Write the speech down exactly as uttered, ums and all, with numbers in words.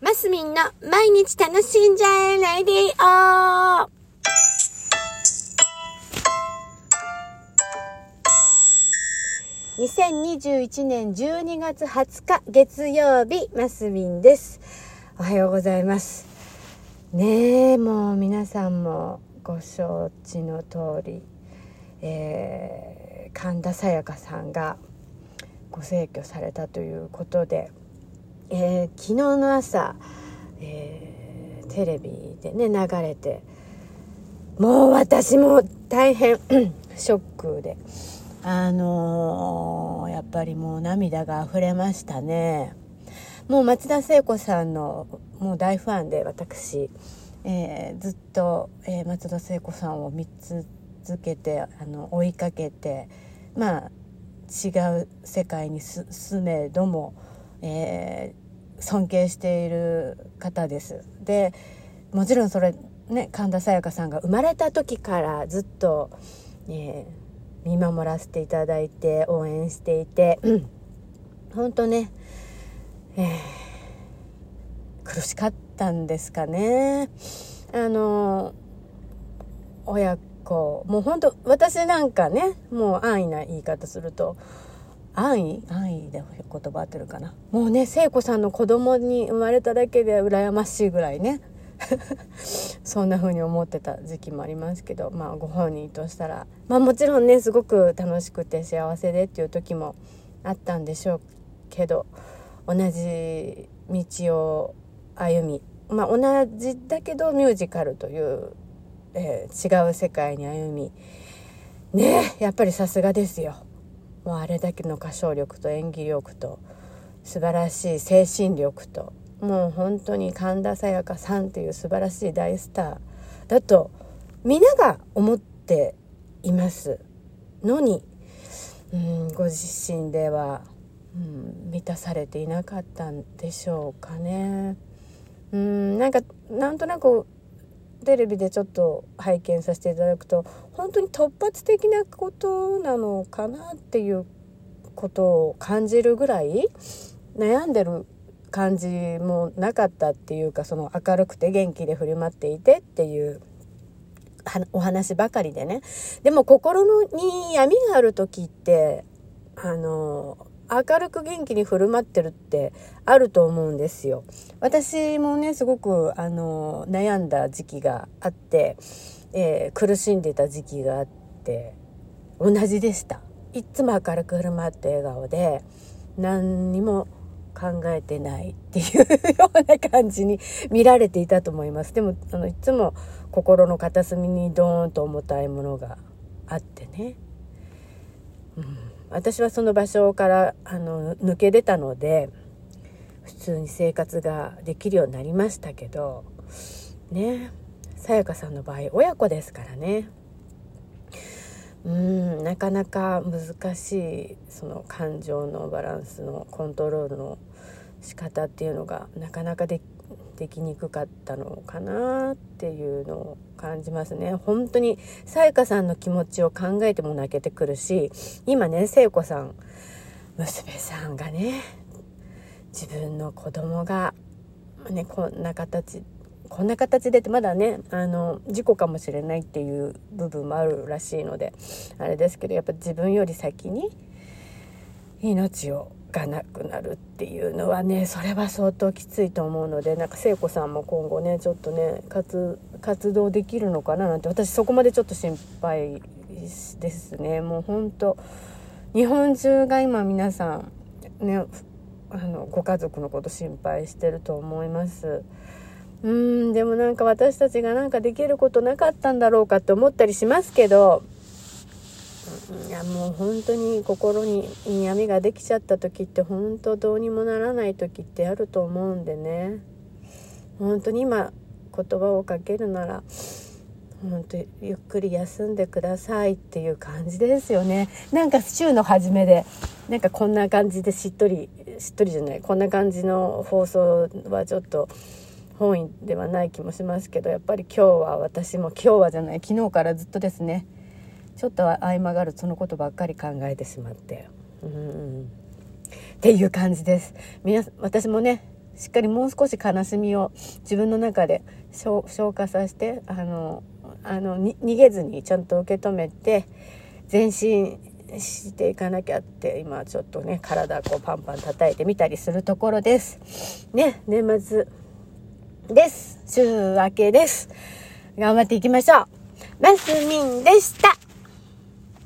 マスミンの毎日楽しんじゃえレディオ。にせんにじゅういちねんじゅうにがつはつか月曜日、マスミンです。おはようございますね。えもう皆さんもご承知の通り、えー、神田沙也加さんがご逝去されたということで、えー、昨日の朝、えー、テレビでね流れて、もう私も大変ショックで、あのー、やっぱりもう涙が溢れましたね。もう松田聖子さんのもう大ファンで、私、えー、ずっと、えー、松田聖子さんを見続けて、あの追いかけて、まあ違う世界に住めども、えー、尊敬している方です。でもちろんそれね、神田沙也加さんが生まれた時からずっと、えー、見守らせていただいて応援していて、うん、本当ね、えー、苦しかったんですかね。あの親子もう本当、私なんかね、もう安易な言い方すると安易安易で言葉合ってるかな、もうね聖子さんの子供に生まれただけで羨ましいぐらいねそんな風に思ってた時期もありますけど、まあご本人としたら、まあもちろんねすごく楽しくて幸せでっていう時もあったんでしょうけど、同じ道を歩み、まあ同じだけどミュージカルという、えー、違う世界に歩みね、やっぱりさすがですよ。もうあれだけの歌唱力と演技力と素晴らしい精神力と、もう本当に神田沙也加さんという素晴らしい大スターだと皆が思っていますのに、うん、ご自身では、うん、満たされていなかったんでしょうかね。うん、なんかなんとなくテレビでちょっと拝見させていただくと、本当に突発的なことなのかなっていうことを感じるぐらい、悩んでる感じもなかったっていうか、その明るくて元気で振る舞っていてっていうお話ばかりでね。でも心に闇がある時ってあの明るく元気に振る舞ってるってあると思うんですよ。私もねすごくあの悩んだ時期があって、えー、苦しんでた時期があって、同じでした。いつも明るく振る舞って笑顔で何にも考えてないっていうような感じに見られていたと思います。でもあのいつも心の片隅にドーンと重たいものがあってね、うん、私はその場所からあの抜け出たので普通に生活ができるようになりましたけどね、沙也加さんの場合親子ですからね、うーんなかなか難しい、その感情のバランスのコントロールの仕方っていうのがなかなかでできにくかったのかなっていうのを感じますね。本当に沙也加さんの気持ちを考えても泣けてくるし、今ね聖子さん娘さんがね、自分の子供がねこんな形こんな形でってまだねあの事故かもしれないっていう部分もあるらしいのであれですけど、やっぱ自分より先に命をがなくなるっていうのはね、それは相当きついと思うので、なんか聖子さんも今後ねちょっとね 活, 活動できるのかななんて、私そこまでちょっと心配ですね。もう本当日本中が今皆さんねあのご家族のこと心配してると思います。うーんでもなんか私たちがなんかできることなかったんだろうかって思ったりしますけど、いやもう本当に心に闇ができちゃった時って本当どうにもならない時ってあると思うんでね、本当に今言葉をかけるなら本当ゆっくり休んでくださいっていう感じですよね。なんか週の初めでなんかこんな感じでしっとりしっとりじゃないこんな感じの放送はちょっと本意ではない気もしますけど、やっぱり今日は私も今日はじゃない昨日からずっとですね、ちょっと合間があるそのことばっかり考えてしまって、うんっていう感じです。皆私もねしっかりもう少し悲しみを自分の中で消化させて、あのあのに逃げずにちゃんと受け止めて前進していかなきゃって、今ちょっとね体こうパンパン叩いてみたりするところですね。年末です。週明けです。頑張っていきましょう。マスミンでした。